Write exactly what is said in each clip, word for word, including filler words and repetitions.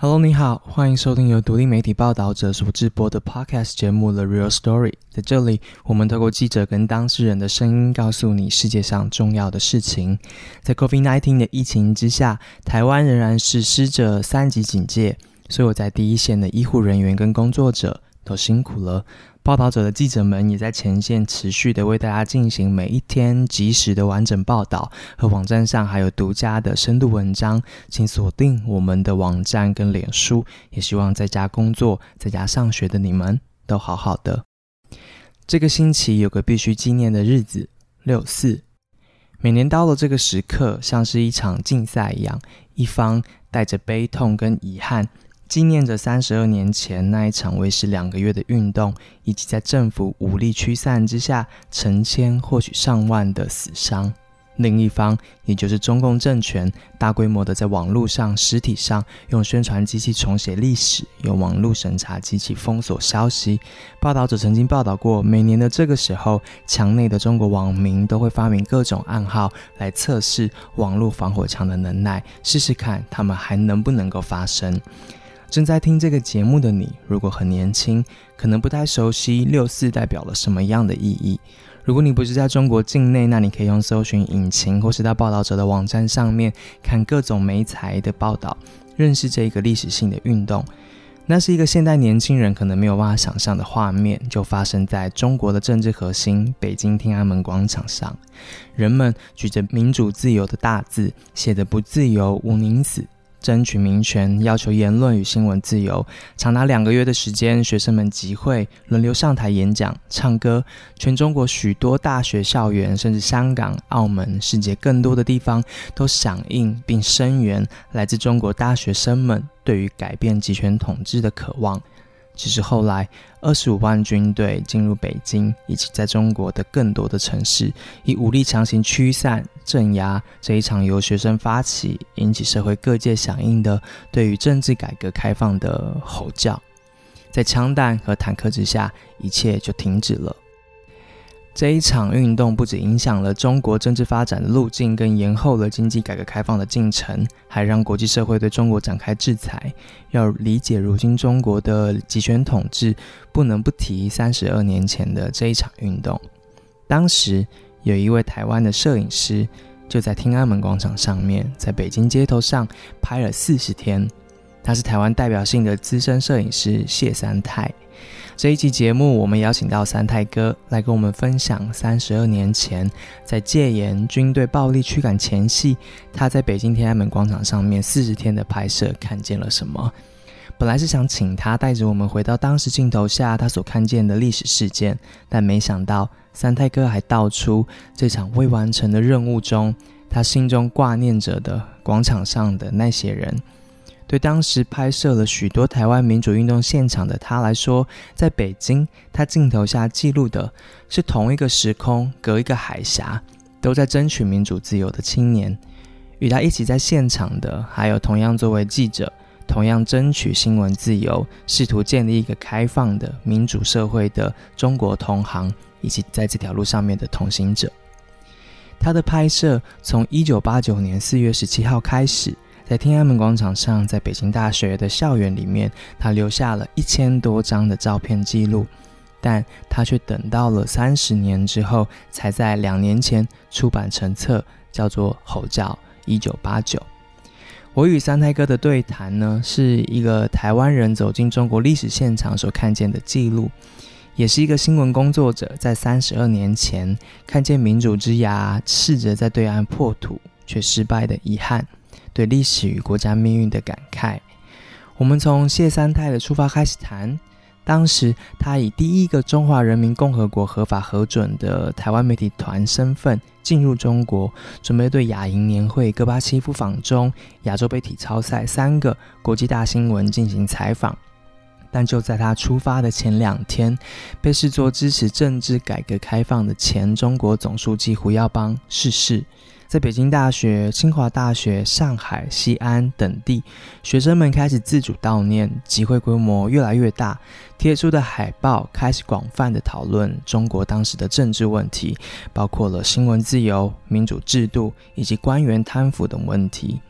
Hello， 你好，欢迎收听由独立媒体报道者所制播的 Podcast 节目 The Real Story。在这里，我们透过记者跟当事人的声音，告诉你世界上重要的事情。在 COVID 十九 的疫情之下，台湾仍然实施着三级警戒，所以我在第一线的医护人员跟工作者都辛苦了。报道者的记者们也在前线持续的为大家进行每一天即时的完整报道，和网站上还有独家的深度文章，请锁定我们的网站跟脸书，也希望在家工作在家上学的你们都好好的。这个星期有个必须纪念的日子，六四。每年到了这个时刻，像是一场竞赛一样，一方带着悲痛跟遗憾，纪念着三十二年前那一场为时两个月的运动，以及在政府武力驱散之下成千或许上万的死伤。另一方，也就是中共政权，大规模的在网络上、实体上用宣传机器重写历史，用网络审查机器封锁消息。报道者曾经报道过，每年的这个时候，墙内的中国网民都会发明各种暗号来测试网络防火墙的能耐，试试看他们还能不能够发声。正在听这个节目的你，如果很年轻，可能不太熟悉六四代表了什么样的意义。如果你不是在中国境内，那你可以用搜寻引擎，或是到报道者的网站上面看各种媒材的报道，认识这个历史性的运动。那是一个现代年轻人可能没有办法想象的画面，就发生在中国的政治核心北京天安门广场上。人们举着民主自由的大字，写着不自由毋宁死，争取民权，要求言论与新闻自由。长达两个月的时间，学生们集会，轮流上台演讲、唱歌。全中国许多大学校园，甚至香港、澳门、世界更多的地方，都响应并声援来自中国大学生们对于改变集权统治的渴望。只是后来二十五万军队进入北京以及在中国的更多的城市，以武力强行驱散镇压这一场由学生发起引起社会各界响应的对于政治改革开放的吼叫。在枪弹和坦克之下，一切就停止了。这一场运动不只影响了中国政治发展的路径，更延后了经济改革开放的进程，还让国际社会对中国展开制裁。要理解如今中国的集权统治，不能不提三十二年前的这一场运动。当时有一位台湾的摄影师，就在天安门广场上面，在北京街头上拍了四十天。他是台湾代表性的资深摄影师谢三泰。这一期节目，我们邀请到三泰哥来跟我们分享三十二年前，在戒严、军队暴力驱赶前夕，他在北京天安门广场上面四十天的拍摄看见了什么。本来是想请他带着我们回到当时镜头下他所看见的历史事件，但没想到三泰哥还道出这场未完成的任务中，他心中挂念着的广场上的那些人。对当时拍摄了许多台湾民主运动现场的他来说，在北京，他镜头下记录的是同一个时空，隔一个海峡，都在争取民主自由的青年。与他一起在现场的，还有同样作为记者，同样争取新闻自由，试图建立一个开放的民主社会的中国同行，以及在这条路上面的同行者。他的拍摄从一九八九年四月十七号开始，在天安门广场上，在北京大学的校园里面，他留下了一千多张的照片记录，但他却等到了三十年之后，才在两年前出版成册，叫做《吼叫一九八九》。我与三泰哥的对谈呢，是一个台湾人走进中国历史现场所看见的记录，也是一个新闻工作者在三十二年前看见民主之芽试着在对岸破土却失败的遗憾，对历史与国家命运的感慨。我们从谢三泰的出发开始谈，当时他以第一个中华人民共和国合法核准的台湾媒体团身份进入中国，准备对亚营年会、戈巴契夫访中、亚洲杯体操赛三个国际大新闻进行采访。但就在他出发的前两天，被视作支持政治改革开放的前中国总书记胡耀邦逝世。在北京大学、清华大学、上海、西安等地，学生们开始自主悼念，集会规模越来越大，贴出的海报开始广泛的讨论中国当时的政治问题，包括了新闻自由、民主制度以及官员贪腐等问题。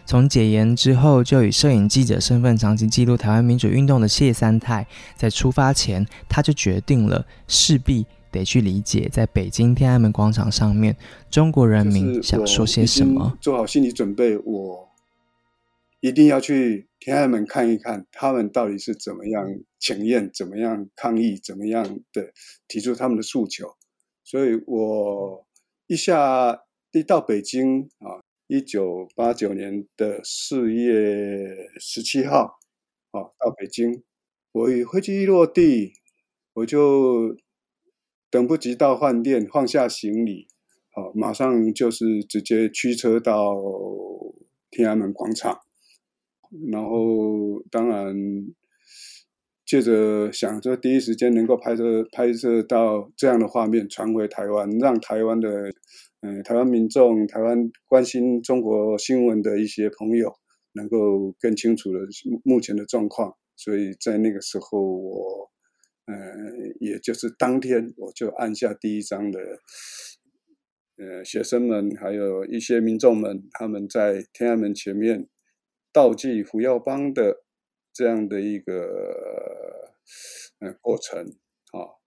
从解严之后就以摄影记者身份长期记录台湾民主运动的谢三泰，在出发前他就决定了势必得去理解在北京天安门广场上面中国人民想说些什么， 做好心理准备，我一定要去天安门看一看他们到底是怎么样请愿，怎么样抗议，怎么样的提出他们的诉求。所以我一下一到北京啊，一九八九年的四月十七号啊，到北京，我一飞机一落地，我就等不及到饭店放下行李，啊，马上就是直接驱车到天安门广场，然后当然借着想着第一时间能够拍摄拍摄到这样的画面传回台湾，让台湾的呃台湾民众、台湾关心中国新闻的一些朋友能够更清楚的目前的状况。所以在那个时候我呃也就是当天我就按下第一张的呃学生们还有一些民众们，他们在天安门前面悼祭胡耀邦的这样的一个呃过程啊。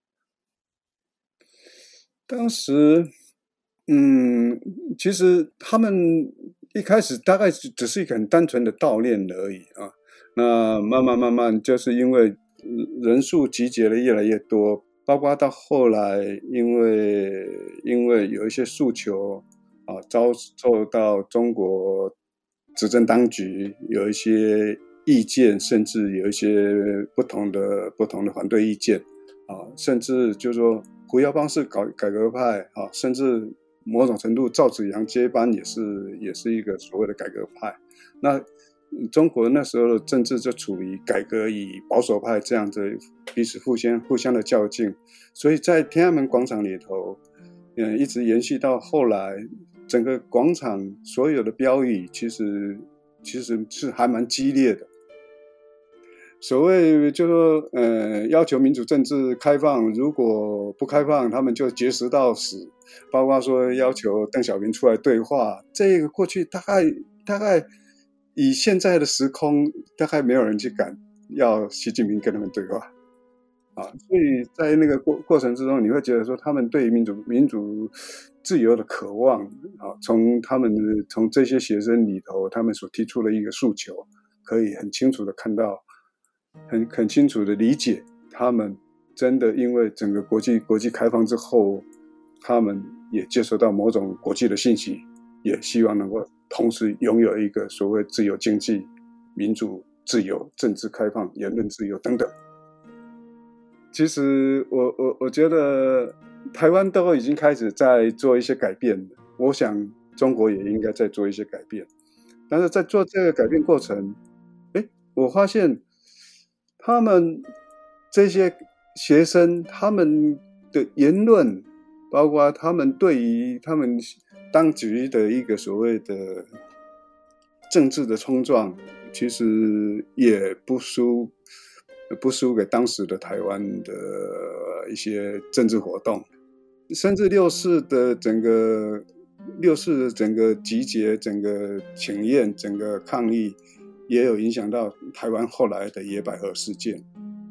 当时嗯其实他们一开始大概只是一个很单纯的悼念而已啊，那慢慢慢慢就是因为人数集结的越来越多，包括到后来因为因为有一些诉求啊遭受到中国执政当局有一些意见，甚至有一些不同的不同的反对意见啊，甚至就是说胡耀邦是改改革派啊，甚至某种程度赵紫阳接班也是也是一个所谓的改革派。那中国那时候的政治就处于改革与保守派这样子彼此互相互相的较劲，所以在天安门广场里头，嗯，一直延续到后来，整个广场所有的标语其实其实是还蛮激烈的。所谓就说呃要求民主政治开放，如果不开放他们就绝食到死，包括说要求邓小平出来对话，这个过去大概大概以现在的时空大概没有人去敢要习近平跟他们对话啊，所以在那个过过程之中，你会觉得说他们对民主民主自由的渴望啊，从他们从这些学生里头他们所提出的一个诉求，可以很清楚的看到，很很清楚的理解，他们真的因为整个国际国际开放之后，他们也接收到某种国际的信息，也希望能够同时拥有一个所谓自由经济、民主自由、政治开放、言论自由等等。其实我我我觉得台湾都已经开始在做一些改变了，我想中国也应该在做一些改变。但是在做这个改变过程，诶，我发现他们这些学生他们的言论，包括他们对于他们当局的一个所谓的政治的冲撞，其实也不输不输给当时的台湾的一些政治活动，甚至六四的整个六四的整个集结、整个请愿、整个抗议，也有影响到台湾后来的野百合事件。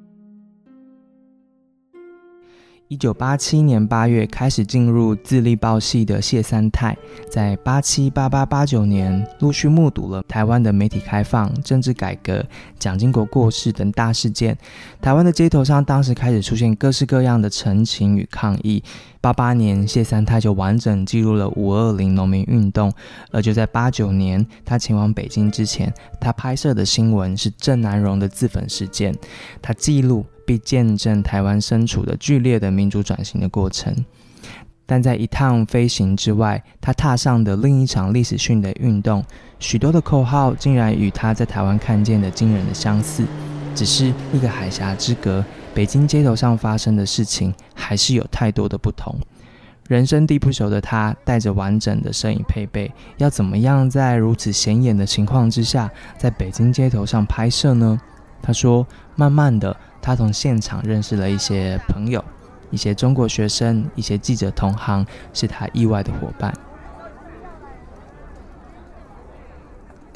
一九八七年八月开始进入自立报系的谢三泰，在八七、八八、八九年陆续目睹了台湾的媒体开放、政治改革、蒋经国过世等大事件。台湾的街头上当时开始出现各式各样的陈情与抗议。八八年，谢三泰就完整记录了五二零农民运动，而就在八九年，他前往北京之前，他拍摄的新闻是郑南榕的自焚事件，他记录并见证台湾身处的剧烈的民主转型的过程。但在一趟飞行之外，他踏上的另一场历史性的运动，许多的口号竟然与他在台湾看见的惊人的相似，只是一个海峡之隔，北京街头上发生的事情还是有太多的不同。人生地不熟的他，带着完整的摄影配备，要怎么样在如此显眼的情况之下，在北京街头上拍摄呢？他说，慢慢的，他从现场认识了一些朋友，一些中国学生，一些记者同行，是他意外的伙伴。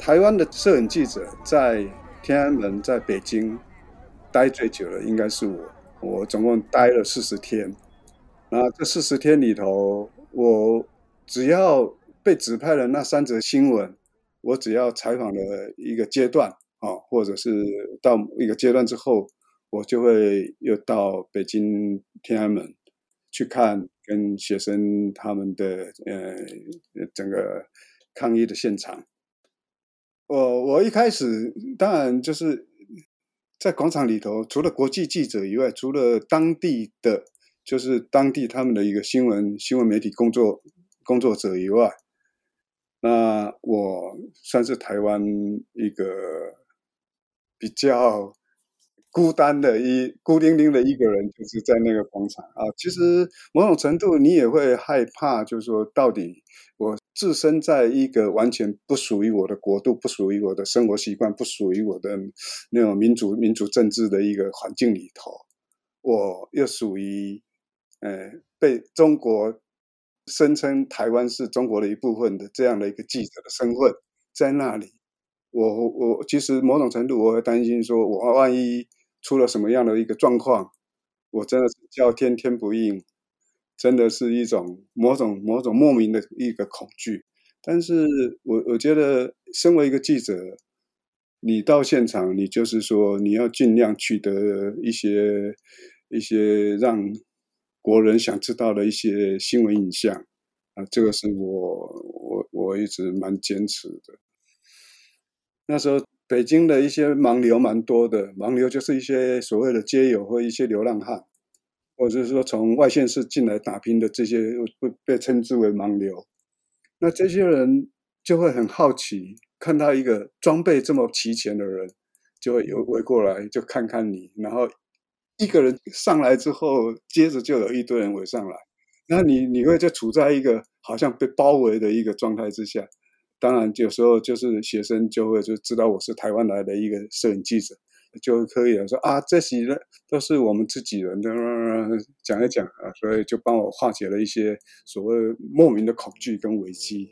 台湾的摄影记者在天安门、在北京待最久的应该是我，我总共待了四十天。那这四十天里头，我只要被指派的那三则新闻，我只要采访了一个阶段啊，或者是到一个阶段之后，我就会又到北京天安门去看跟学生他们的呃整个抗议的现场。我我一开始当然就是在广场里头，除了国际记者以外，除了当地的就是当地他们的一个新闻新闻媒体工作工作者以外，那我算是台湾一个比较孤单的一孤零零的一个人，就是在那个广场啊。其实某种程度你也会害怕，就是说到底我置身在一个完全不属于我的国度，不属于我的生活习惯，不属于我的那种民主民主政治的一个环境里头，我又属于呃被中国声称台湾是中国的一部分的这样的一个记者的身份，在那里，我我其实某种程度我会担心说，我万一出了什么样的一个状况，我真的是叫天天不应，真的是一种某种某种莫名的一个恐惧。但是我我觉得，身为一个记者，你到现场，你就是说你要尽量取得一些一些让国人想知道的一些新闻影像啊，这个是我我我一直蛮坚持的。那时候北京的一些盲流蛮多的，盲流就是一些所谓的街友或一些流浪汉，或者是说从外县市进来打拼的这些会被称之为盲流。那这些人就会很好奇，看到一个装备这么齐全的人，就会有围过来就看看你，然后一个人上来之后，接着就有一堆人围上来，那你你会就处在一个好像被包围的一个状态之下。当然有时候就是学生就会就知道我是台湾来的一个摄影记者，就可以说啊，这些人都是我们自己人的，讲一讲啊，所以就帮我化解了一些所谓莫名的恐惧跟危机。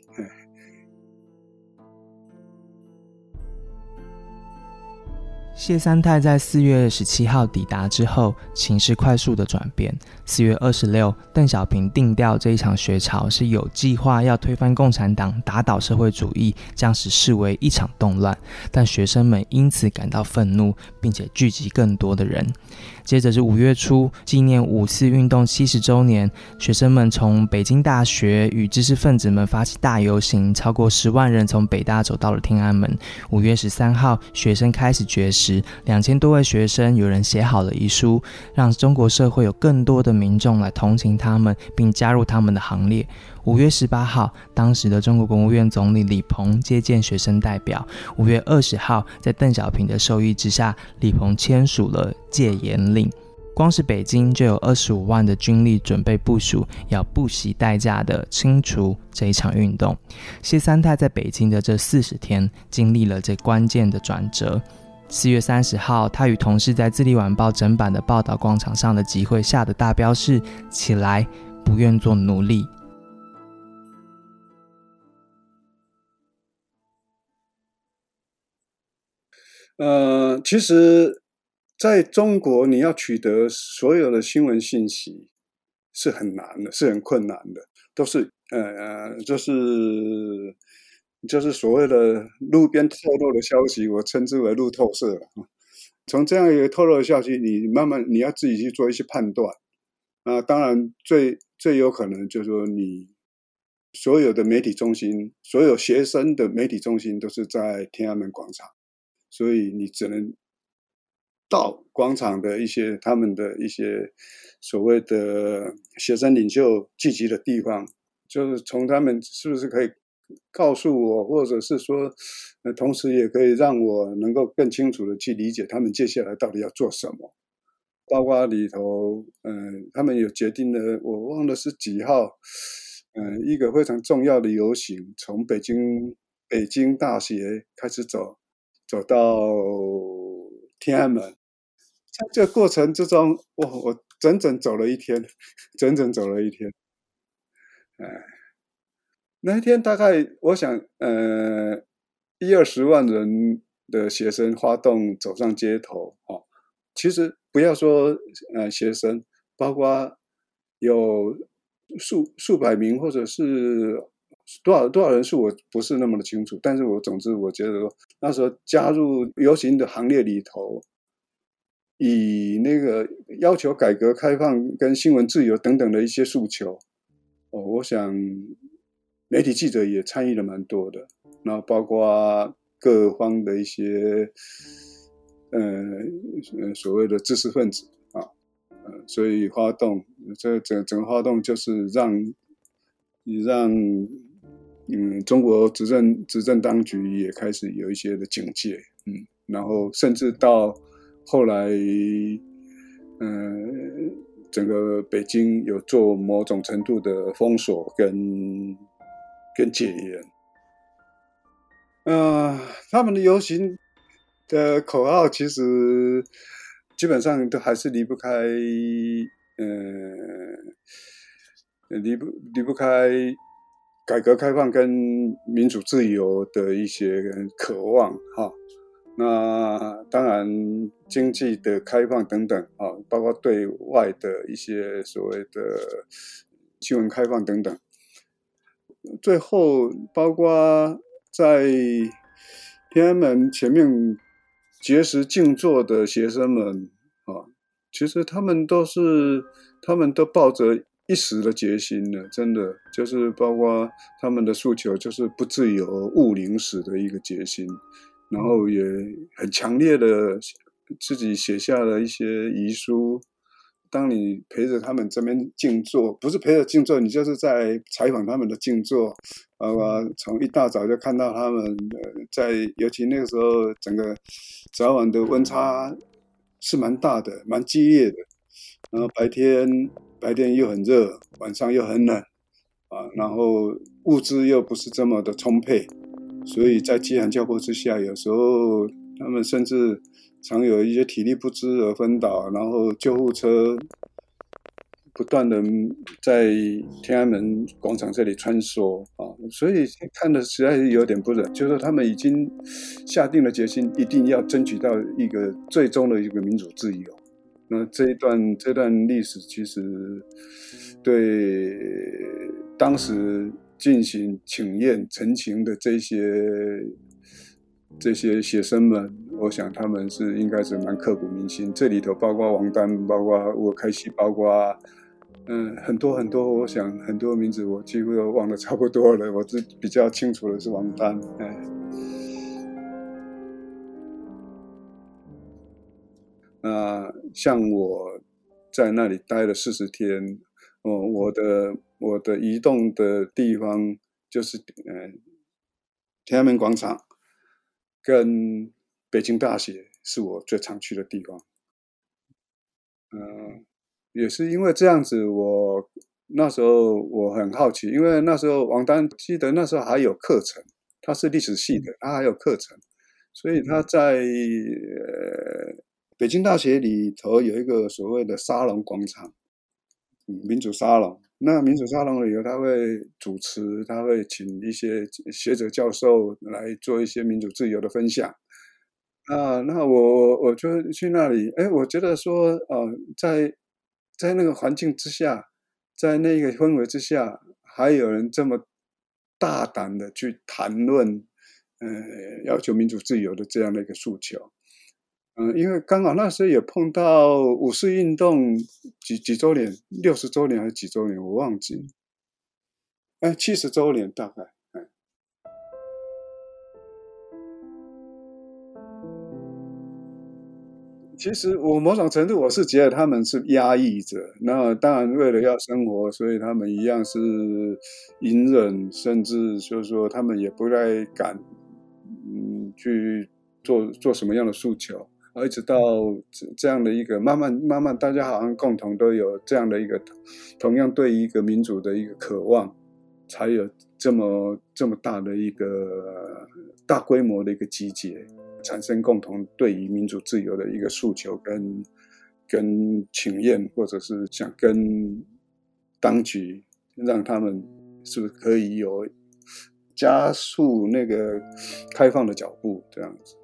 谢三泰在四月十七号抵达之后，情势快速的转变。四月二十六，邓小平定调这一场学潮是有计划要推翻共产党、打倒社会主义，将使视为一场动乱。但学生们因此感到愤怒，并且聚集更多的人。接着是五月初，纪念五四运动七十周年，学生们从北京大学与知识分子们发起大游行，超过十万人从北大走到了天安门。五月十三号，学生开始绝食，两千多位学生有人写好了遗书，让中国社会有更多的民众来同情他们，并加入他们的行列。五月十八号，当时的中国国务院总理李鹏接见学生代表。五月二十号，在邓小平的授意之下，李鹏签署了戒严令。光是北京就有二十五万的军力准备部署，要不惜代价的清除这一场运动。谢三泰在北京的这四十天，经历了这关键的转折。四月三十号，他与同事在自立晚报整版的报道广场上的集会下的大标是起来，不愿做奴隶。 呃，其实在中国你要取得所有的新闻信息是很难的，是很困难的，都是呃就是就是所谓的路边透露的消息，我称之为路透社。从这样一个透露的消息，你慢慢你要自己去做一些判断。那当然最最有可能就是说，你所有的媒体中心，所有学生的媒体中心都是在天安门广场，所以你只能到广场的一些他们的一些所谓的学生领袖聚集的地方，就是从他们是不是可以告诉我，或者是说，呃，同时也可以让我能够更清楚的去理解他们接下来到底要做什么。包括里头，嗯、呃，他们有决定了，我忘了是几号，嗯、呃，一个非常重要的游行，从北京北京大学开始走，走到天安门。在这个过程之中，我我整整走了一天，整整走了一天。哎，那一天大概我想，呃， 一二十万人的学生发动走上街头，哦，其实不要说呃学生，包括有数数百名或者是多少多少人数，我不是那么的清楚。但是我总之我觉得说，那时候加入游行的行列里头，以那个要求改革开放跟新闻自由等等的一些诉求，哦，我想媒体记者也参与了蛮多的，那包括各方的一些呃呃所谓的知识分子啊，呃，所以发动这整整个发动就是让让嗯中国执政执政当局也开始有一些的警戒，嗯，然后甚至到后来，嗯、呃，整个北京有做某种程度的封锁跟跟戒严。呃，他们的游行的口号其实基本上都还是离不开，呃，离不离不开改革开放跟民主自由的一些渴望哈。那当然，经济的开放等等啊，包括对外的一些所谓的新闻开放等等，最后包括在天安门前面绝食静坐的学生们啊，其实他们都是，他们都抱着一时的决心的，真的就是包括他们的诉求，就是不自由、勿宁死的一个决心，然后也很强烈的自己写下了一些遗书。当你陪着他们这边静坐，不是陪着静坐，你就是在采访他们的静坐，包括从一大早就看到他们呃在，尤其那个时候整个早晚的温差是蛮大的，蛮激烈的，然后白天白天又很热，晚上又很冷啊，然后物资又不是这么的充沛，所以在饥寒交迫之下，有时候他们甚至常有一些体力不支而昏倒，然后救护车不断的在天安门广场这里穿梭啊，所以看的实在是有点不忍，就是说他们已经下定了决心，一定要争取到一个最终的一个民主自由。那这一段这段历史，其实对当时进行请愿陈情的这些这些学生们，我想他们是应该是蛮刻骨铭心。这里头包括王丹，包括吴开西，包括嗯很多很多，我想很多名字我几乎都忘得差不多了。我只比较清楚的是王丹，哎。那像我在那里待了四十天，哦，我的我的移动的地方就是呃天安门广场跟北京大学是我最常去的地方。嗯、也是因为这样子，我那时候我很好奇，因为那时候王丹记得那时候还有课程，他是历史系的，他还有课程，所以他在呃北京大学里头有一个所谓的沙龙广场，嗯民主沙龙。那民主沙龙里头，他会主持，他会请一些学者教授来做一些民主自由的分享。啊，那我我就去那里，哎，我觉得说，呃，在在那个环境之下，在那个氛围之下，还有人这么大胆的去谈论，呃，要求民主自由的这样的一个诉求。嗯，因为刚好那时候也碰到五四运动几几周年，六十周年还是几周年，我忘记了，哎，七十周年大概。哎。其实我某种程度我是觉得他们是压抑着，那当然为了要生活，所以他们一样是隐忍，甚至就是说他们也不太敢，嗯，去做做什么样的诉求，而一直到这这样的一个慢慢慢慢，大家好像共同都有这样的一个同样对于一个民主的一个渴望，才有这么这么大的一个大规模的一个集结。产生共同对于民主自由的一个诉求跟跟请愿，或者是想跟当局让他们是不是可以有加速那个开放的脚步，这样子。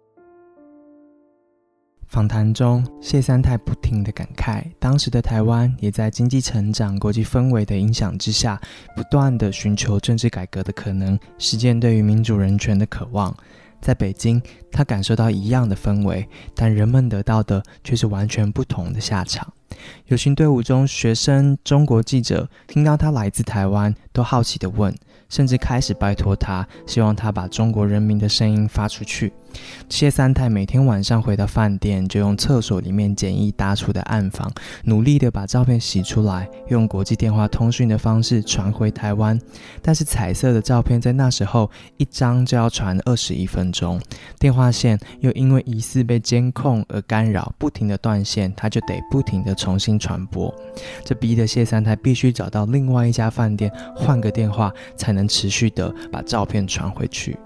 访谈中，谢三太不停地感慨，当时的台湾也在经济成长、国际氛围的影响之下，不断地寻求政治改革的可能，实践对于民主人权的渴望。在北京，他感受到一样的氛围，但人们得到的却是完全不同的下场。游行队伍中，学生、中国记者听到他来自台湾，都好奇地问，甚至开始拜托他，希望他把中国人民的声音发出去。谢三太每天晚上回到饭店，就用厕所里面简易搭出的暗房，努力地把照片洗出来，用国际电话通讯的方式传回台湾。但是彩色的照片在那时候一张就要传二十一分钟，电话线又因为疑似被监控而干扰，不停的断线，他就得不停的重新传播。这逼得谢三太必须找到另外一家饭店换个电话，才能持续的把照片传回去。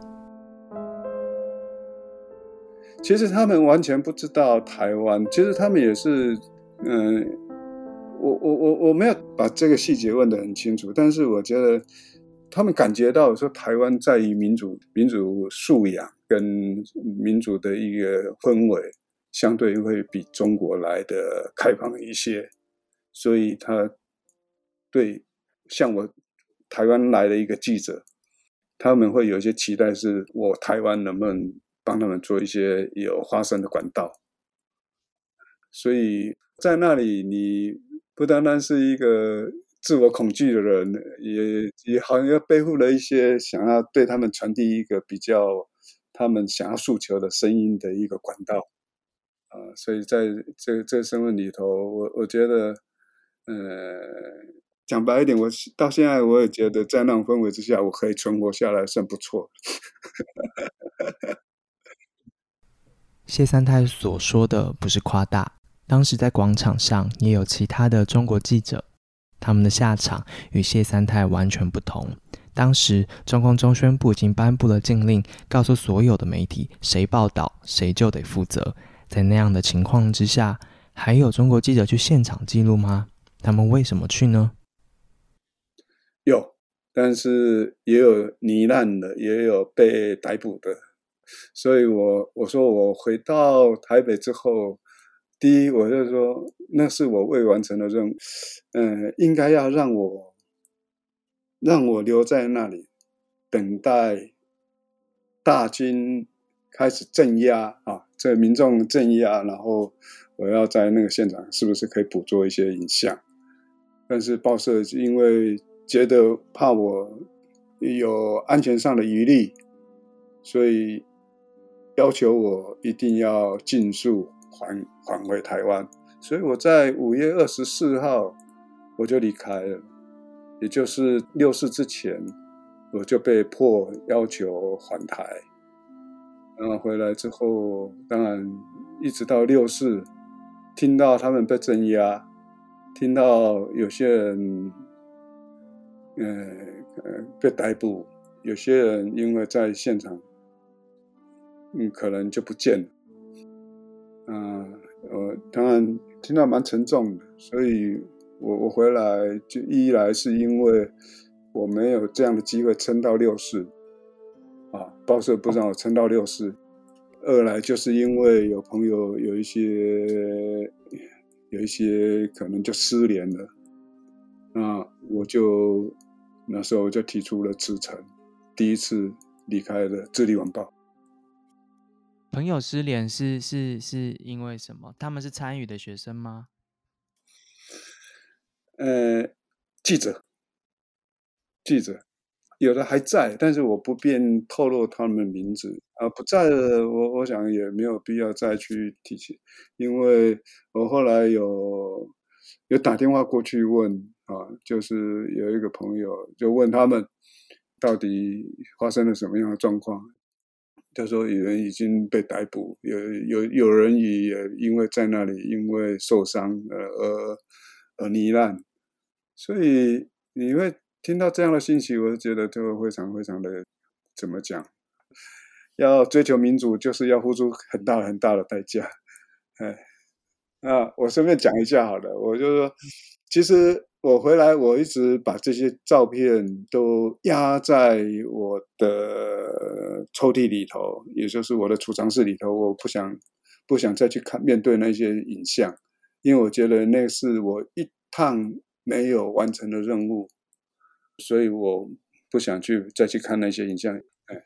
其实他们完全不知道台湾，其实他们也是，嗯、呃，我我我我没有把这个细节问得很清楚，但是我觉得他们感觉到说台湾在于民主民主素养跟民主的一个氛围，相对会比中国来的开放一些，所以他对像我台湾来的一个记者，他们会有一些期待，是我台湾能不能帮他们做一些有发声的管道。所以在那里，你不单单是一个自我恐惧的人，也也好像背负了一些想要对他们传递一个比较他们想要诉求的声音的一个管道。呃、所以在这这个身份里头，我我觉得，呃，讲白一点，我到现在我也觉得，在那种氛围之下，我可以存活下来，算不错。 谢三太所说的不是夸大，当时在广场上也有其他的中国记者，他们的下场与谢三太完全不同。当时中共中宣部已经颁布了禁令，告诉所有的媒体，谁报道谁就得负责。在那样的情况之下，还有中国记者去现场记录吗？他们为什么去呢？ 有，但是也有罹难的，也有被逮捕的。所以我我说我回到台北之后，第一我就说那是我未完成的任务，嗯，应该要让我让我留在那里，等待大军开始镇压啊，这民众镇压，然后我要在那个现场是不是可以捕捉一些影像？但是报社因为觉得怕我有安全上的疑虑，所以要求我一定要尽速还还回台湾，所以我在五月二十四号我就离开了，也就是六四之前，我就被迫要求还台。然后回来之后，当然一直到六四，听到他们被镇压，听到有些人，呃呃被逮捕，有些人因为在现场。嗯，可能就不见了。啊、呃，我当然听到蛮沉重的，所以我我回来就一来是因为我没有这样的机会撑到六四，啊，报社不让我撑到六四；二来就是因为有朋友有一些有一些可能就失联了，那我就那时候我就提出了辞呈，第一次离开了《智利晚报》。 朋友失联是是是因为什么？他们是参与的学生吗？ 呃，记者，记者，有的还在，但是我不便透露他们的名字啊。不在了，我我想也没有必要再去提起，因为我后来有有打电话过去问啊，就是有一个朋友就问他们到底发生了什么样的状况。他说有人已经被逮捕，有有有人也因为在那里因为受伤呃而而罹难，所以你会听到这样的信息，我就觉得就非常非常的怎么讲？要追求民主，就是要付出很大很大的代价。哎，那我顺便讲一下好了，我就说， 其实我回来，我一直把这些照片都压在我的抽屉里头，也就是我的储藏室里头。我不想不想再去看面对那些影像，因为我觉得那是我一趟没有完成的任务，所以我不想去再去看那些影像。哎，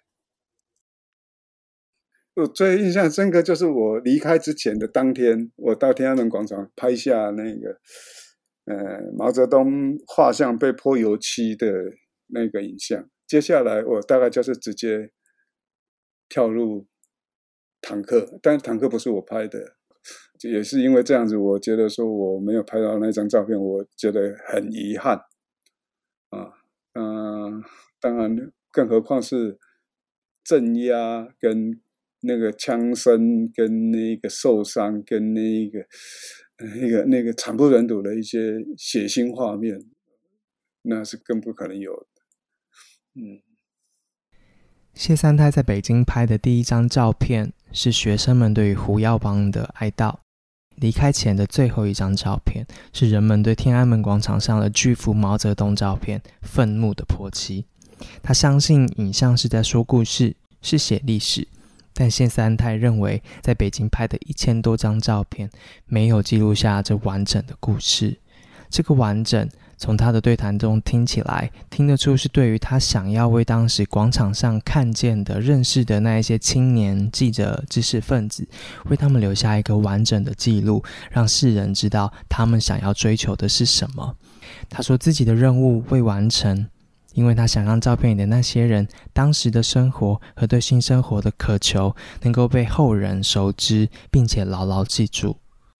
我最印象深刻就是我离开之前的当天，我到天安门广场拍下那个呃毛泽东画像被泼油漆的那个影像。接下来我大概就是直接跳入坦克，但是坦克不是我拍的，也是因为这样子，我觉得说我没有拍到那张照片，我觉得很遗憾啊。嗯、呃，当然，更何况是镇压跟那个枪声，跟那个受伤，跟那个那个那个惨不忍睹的一些血腥画面，那是更不可能有的。嗯。 谢三太在北京拍的第一张照片是学生们对于胡耀邦的哀悼，离开前的最后一张照片是人们对天安门广场上的巨幅毛泽东照片愤怒的泼漆。他相信影像是在说故事，是写历史，但谢三太认为在北京拍的一千多张照片没有记录下这完整的故事。这个完整从他的对谈中听起来，听得出是对于他想要为当时广场上看见的、认识的那一些青年、记者、知识分子，为他们留下一个完整的记录，让世人知道他们想要追求的是什么。他说自己的任务未完成，因为他想让照片里的那些人当时的生活和对新生活的渴求能够被后人熟知，并且牢牢记住。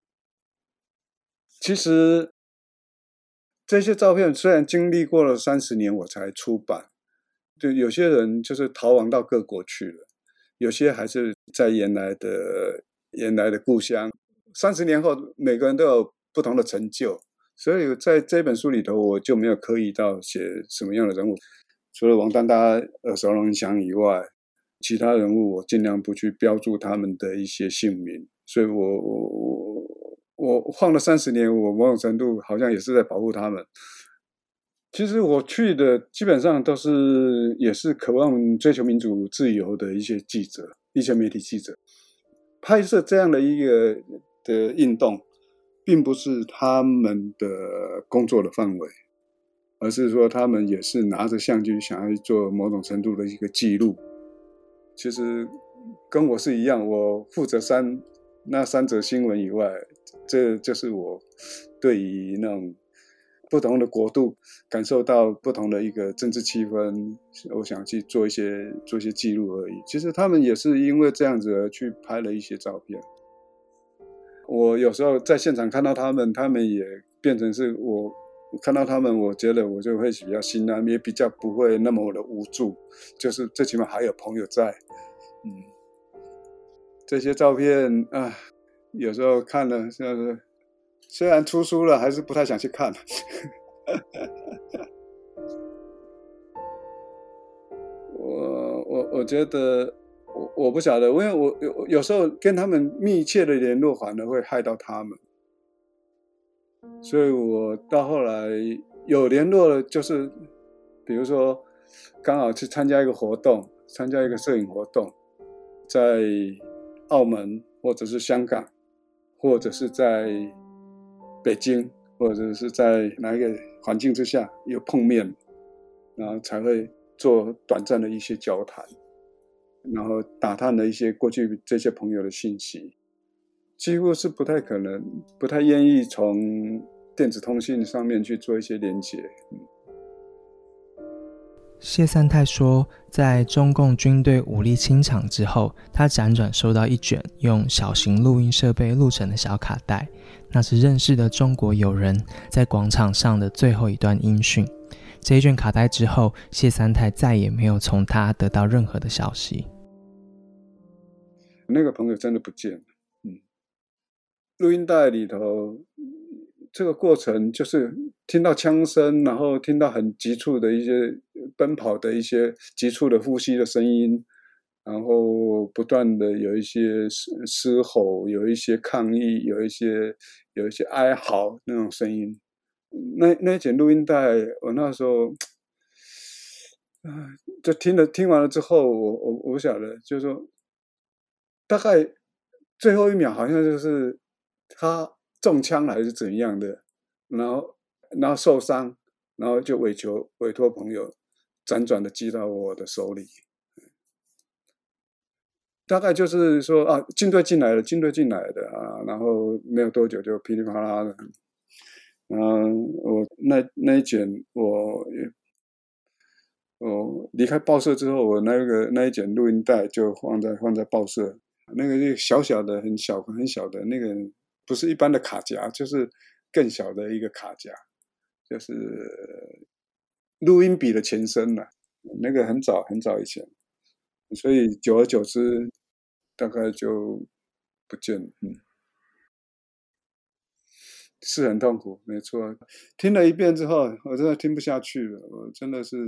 其实这些照片虽然经历过了三十年我才出版，就有些人就是逃亡到各国去了，有些还是在原来的原来的故乡。三十年后，每个人都有不同的成就，所以在这本书里头，我就没有刻意到写什么样的人物，除了王丹大家耳熟能详以外，其他人物我尽量不去标注他们的一些姓名。所以我我我我放了三十年，我某种程度好像也是在保护他们。其实我去的基本上都是也是渴望追求民主自由的一些记者，一些媒体记者，拍摄这样的一个的运动，并不是他们的工作的范围，而是说他们也是拿着相机想要做某种程度的一个记录。其实跟我是一样，我负责三那三则新闻以外，这就是我对于那种不同的国度感受到不同的一个政治气氛，我想去做一些做一些记录而已。其实他们也是因为这样子而去拍了一些照片。我有时候在现场看到他们，他们也变成是我看到他们，我觉得我就会比较心安，也比较不会那么的无助，就是最起码还有朋友在。嗯，这些照片啊，有时候看了就是虽然出书了，还是不太想去看。我我我觉得我我不晓得，因为我有有时候跟他们密切的联络，反而会害到他们，所以我到后来有联络了，就是比如说刚好去参加一个活动，参加一个摄影活动，在澳门或者是香港，或者是在北京，或者是在哪一个环境之下有碰面，然后才会做短暂的一些交谈，然后打探了一些过去这些朋友的信息，几乎是不太可能，不太愿意从电子通信上面去做一些连结。嗯， 谢三太说，在中共军队武力清场之后，他辗转收到一卷用小型录音设备录成的小卡带，那是认识的中国友人在广场上的最后一段音讯。这一卷卡带之后，谢三太再也没有从他得到任何的消息。 那个朋友真的不见了。嗯，录音带里头这个过程就是听到枪声，然后听到很急促的一些奔跑的一些急促的呼吸的声音，然后不断的有一些嘶吼，有一些抗议，有一些有一些哀嚎那种声音。 那那一卷录音带，我那时候，啊，就听了听完了之后，我我我不晓得，就是说，大概最后一秒好像就是他中枪了还是怎样的，然后然后受伤，然后就委求委托朋友辗转的寄到我的手里。大概就是说啊，军队进来了，军队进来的啊，然后没有多久就噼里啪啦的。嗯，我那那一卷我我离开报社之后，我那个那一卷录音带就放在放在报社，那个是小小的、很小很小的那个，不是一般的卡夹，就是更小的一个卡夹，就是录音笔的前身了。那个很早很早以前，所以久而久之，大概就不见了。嗯，是很痛苦，没错。听了一遍之后，我真的听不下去了，我真的是，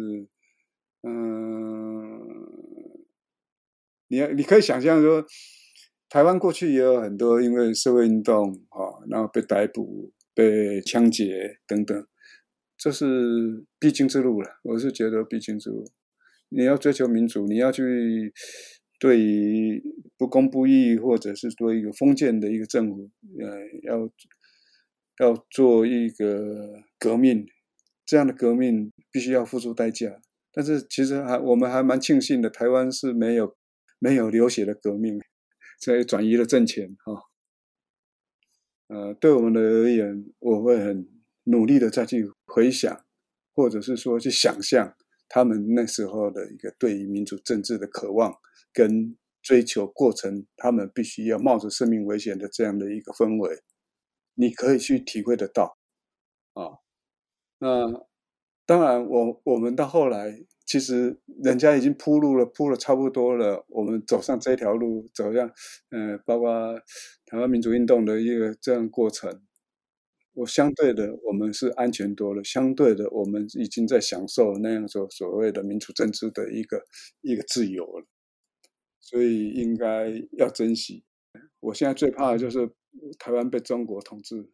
嗯、你要你可以想象说，台湾过去也有很多因为社会运动啊，然后被逮捕、被枪决等等，这是必经之路了。我是觉得必经之路。你要追求民主，你要去对于不公不义，或者是对一个封建的一个政府，呃，要要做一个革命，这样的革命必须要付出代价。但是其实还我们还蛮庆幸的，台湾是没有没有流血的革命，所以转移了政权哈、哦。呃，对我们的而言，我会很努力的再去回想，或者是说去想象他们那时候的一个对于民主政治的渴望跟追求过程，他们必须要冒着生命危险的这样的一个氛围，你可以去体会得到啊。那当然我，我们到后来，其实人家已经铺路了，铺了差不多了。我们走上这条路，走向，呃，包括台湾民主运动的一个这样过程，我相对的，我们是安全多了。相对的，我们已经在享受那样所所谓的民主政治的一个一个自由了，所以应该要珍惜。我现在最怕的就是台湾被中国统治。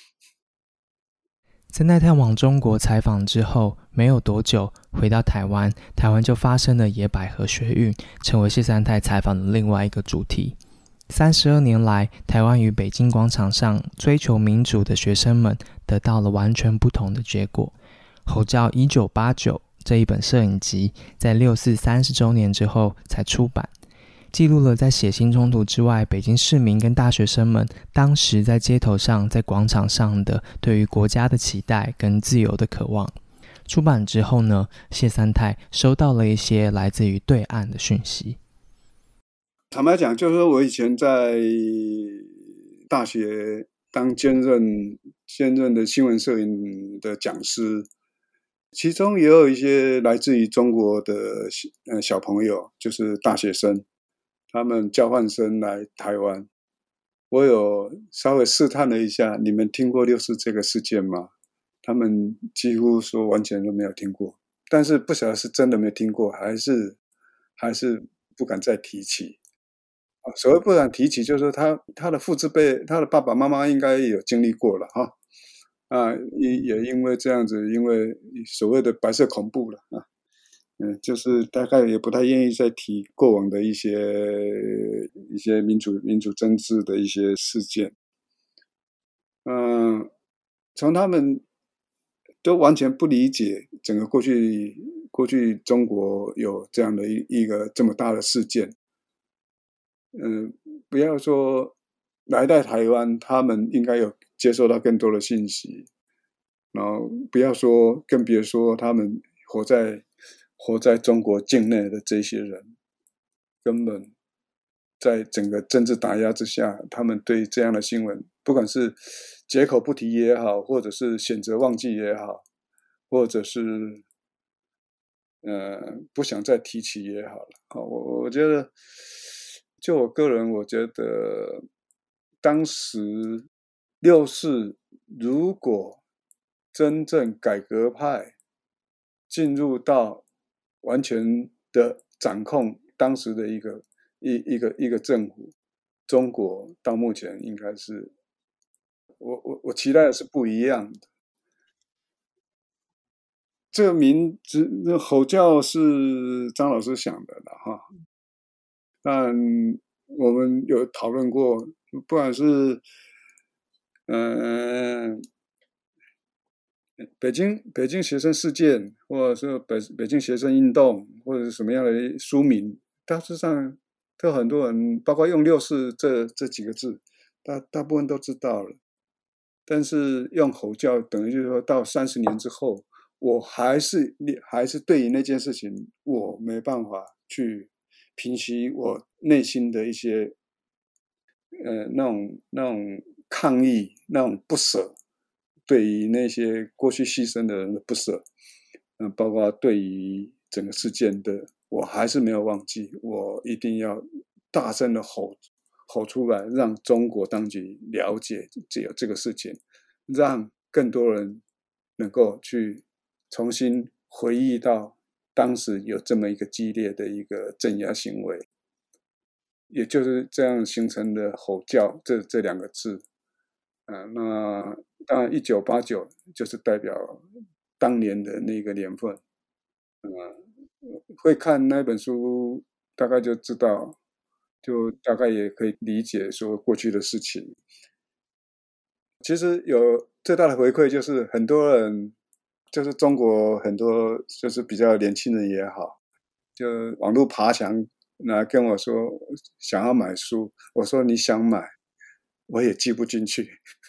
在那趟往中国采访之后，没有多久，回到台湾，台湾就发生了野百合学运，成为谢三泰采访的另外一个主题。三十二年来，台湾与北京广场上追求民主的学生们得到了完全不同的结果。吼叫一九八九这一本摄影集，在六四三十周年之后才出版，记录了在血腥冲突之外，北京市民跟大学生们当时在街头上、在广场上的对于国家的期待跟自由的渴望。出版之后呢，谢三泰收到了一些来自于对岸的讯息。 坦白讲，就是说我以前在大学当兼任兼任的新闻摄影的讲师，其中也有一些来自于中国的呃小朋友，就是大学生，他们交换生来台湾。我有稍微试探了一下，你们听过六四这个事件吗？他们几乎说完全都没有听过，但是不晓得是真的没听过，还是还是不敢再提起。所谓不敢提起，就是说他他的父之辈，他的爸爸妈妈应该有经历过了哈。啊，也也因为这样子，因为所谓的白色恐怖了啊，嗯，就是大概也不太愿意再提过往的一些一些民主民主政治的一些事件。嗯，从他们都完全不理解整个过去过去中国有这样的一一个这么大的事件。嗯，不要说来到台湾，他们应该有接受到更多的信息，然后不要说，更别说他们活在活在中国境内的这些人，根本在整个政治打压之下，他们对这样的新闻，不管是绝口不提也好，或者是选择忘记也好，或者是呃不想再提起也好了。好，我我觉得，就我个人，我觉得当时六四如果真正改革派进入到完全的掌控当时的一个一一个一个政府，中国到目前应该是我我我期待的是不一样的。 这个名字吼叫是张老师想的了哈，但我们有讨论过，不管是嗯、呃、北京北京学生事件，或者是北北京学生运动，或者是什么样的书名，大致上都很多人，包括用六四这这几个字，大大部分都知道了。但是用吼叫，等于就是说到三十年之后，我还是还是对于那件事情，我没办法去平息我内心的一些呃那种那种抗议，那种不舍，对于那些过去牺牲的人的不舍，嗯、呃，包括对于整个事件的，我还是没有忘记，我一定要大声的吼吼出来，让中国当局了解只有这个事情，让更多人能够去重新回忆到当时有这么一个激烈的一个镇压行为，也就是这样形成的吼叫这这两个字。啊，那当然一九八九就是代表当年的那个年份。会看那本书大概就知道，就大概也可以理解说过去的事情。其实有最大的回馈就是很多人，就是中国很多就是比较年轻人也好，就网络爬墙来跟我说想要买书，我说你想买，我也寄不进去。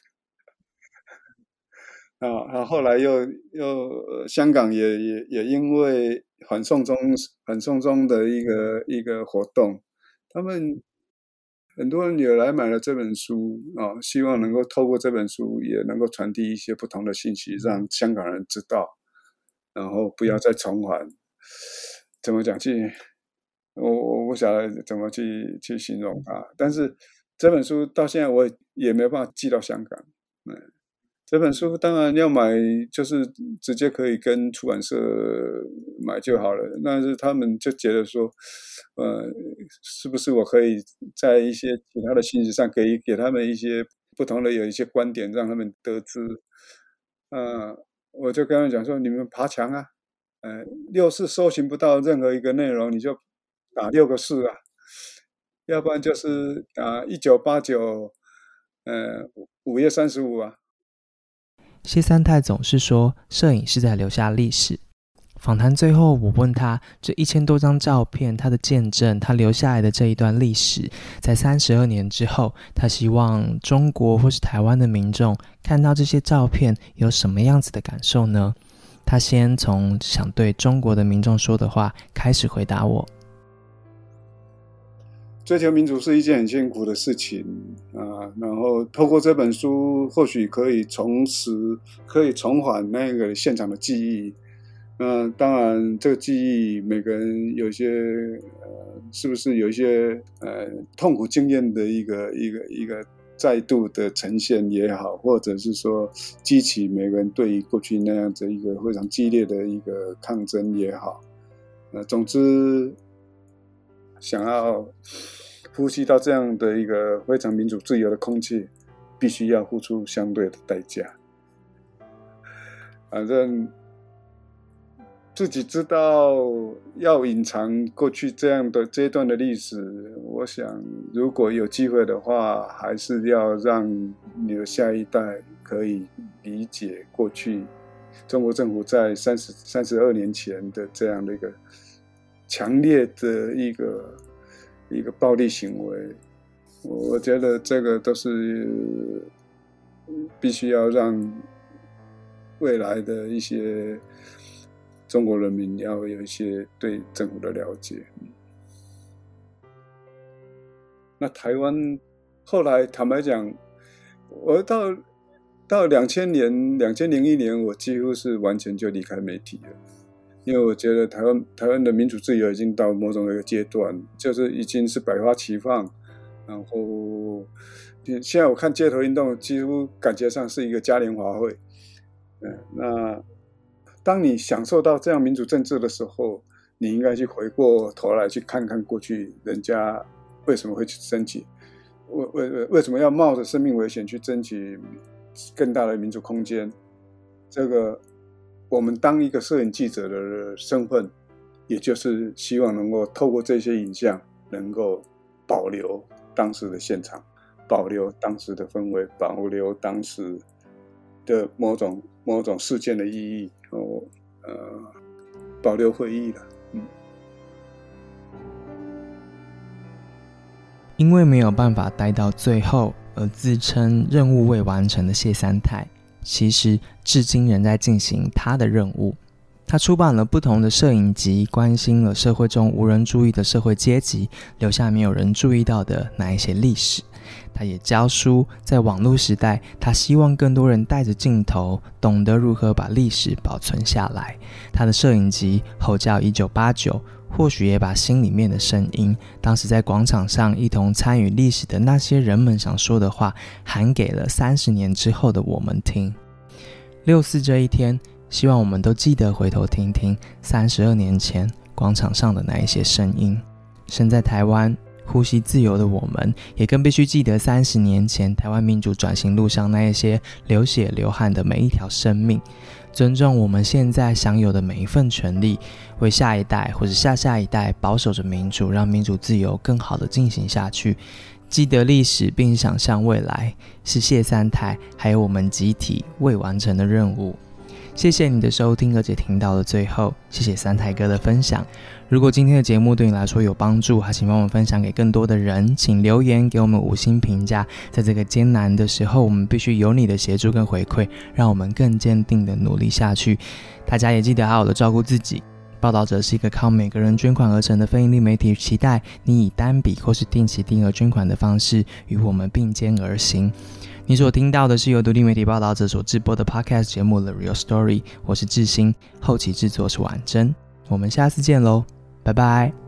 啊，然后后来又又、呃、香港也也也因为反送中反送中的一个一个活动，他们很多人也来买了这本书啊，希望能够透过这本书也能够传递一些不同的信息，让香港人知道，然后不要再重返。怎么讲去？我我不晓得怎么去去形容它，但是这本书到现在我也没办法寄到香港。嗯，这本书当然要买，就是直接可以跟出版社买就好了。但是他们就觉得说，呃，是不是我可以在一些其他的信息上给给他们一些不同的有一些观点，让他们得知。呃，我就跟他们讲说，你们爬墙啊，呃，六四搜寻不到任何一个内容，你就打六个四啊，要不然就是打一九八九，呃，五月三十五啊。 谢三太总是说，摄影是在留下历史。访谈最后，我问他，这一千多张照片，他的见证，他留下来的这一段历史，在三十二年之后，他希望中国或是台湾的民众看到这些照片有什么样子的感受呢？他先从想对中国的民众说的话开始回答我。 追求民主是一件很辛苦的事情啊，然后透过这本书，或许可以重拾，可以重返那个现场的记忆。那当然，这个记忆每个人有一些呃，是不是有一些呃痛苦经验的一个一个一个再度的呈现也好，或者是说激起每个人对于过去那样子一个非常激烈的一个抗争也好，呃，总之。想要呼吸到这样的一个非常民主自由的空气，必须要付出相对的代价。反正自己知道要隐藏过去这样的这一段的历史，我想如果有机会的话，还是要让你的下一代可以理解过去中国政府在三十三十二年前的这样的一个强烈的一个一个暴力行为，我觉得这个都是必须要让未来的一些中国人民要有一些对政府的了解。那台湾后来坦白讲，我到到两千年、两千零一年，我几乎是完全就离开媒体了。因为我觉得台湾台湾的民主自由已经到某种的一个阶段，就是已经是百花齐放，然后现在我看街头运动几乎感觉上是一个嘉年华会。嗯，那当你享受到这样民主政治的时候，你应该去回过头来去看看过去人家为什么会去争取，为为为什么要冒着生命危险去争取更大的民主空间，这个我们当一个摄影记者的身份，也就是希望能够透过这些影像，能够保留当时的现场，保留当时的氛围，保留当时的某种某种事件的意义，哦，呃，保留回忆了。嗯。 因为没有办法待到最后，而自称任务未完成的谢三泰，其实至今仍在进行他的任务。他出版了不同的摄影集，关心了社会中无人注意的社会阶级，留下没有人注意到的那一些历史。他也教书，在网络时代，他希望更多人带着镜头，懂得如何把历史保存下来。他的摄影集《吼叫一九八九》或许也把心里面的声音，当时在广场上一同参与历史的那些人们想说的话，喊给了三十年之后的我们听。六四这一天，希望我们都记得回头听听三十二年前广场上的那一些声音。身在台湾呼吸自由的我们，也更必须记得三十年前台湾民主转型路上那一些流血流汗的每一条生命，尊重我们现在享有的每一份权利，为下一代或者下下一代保守着民主，让民主自由更好的进行下去。记得历史并想象未来，是谢三泰还有我们集体未完成的任务。谢谢你的收听，而且听到了最后，谢谢三泰哥的分享。如果今天的节目对你来说有帮助，还请帮我们分享给更多的人，请留言给我们五星评价。在这个艰难的时候，我们必须有你的协助跟回馈，让我们更坚定的努力下去。大家也记得好好的照顾自己。报道者是一个靠每个人捐款而成的非营利媒体，期待你以单笔或是定期定额捐款的方式与我们并肩而行。你所听到的是由独立媒体报道者所制播的 Podcast 节目 The Real Story， 我是志兴，后期制作是婉珍，我们下次见咯，拜拜。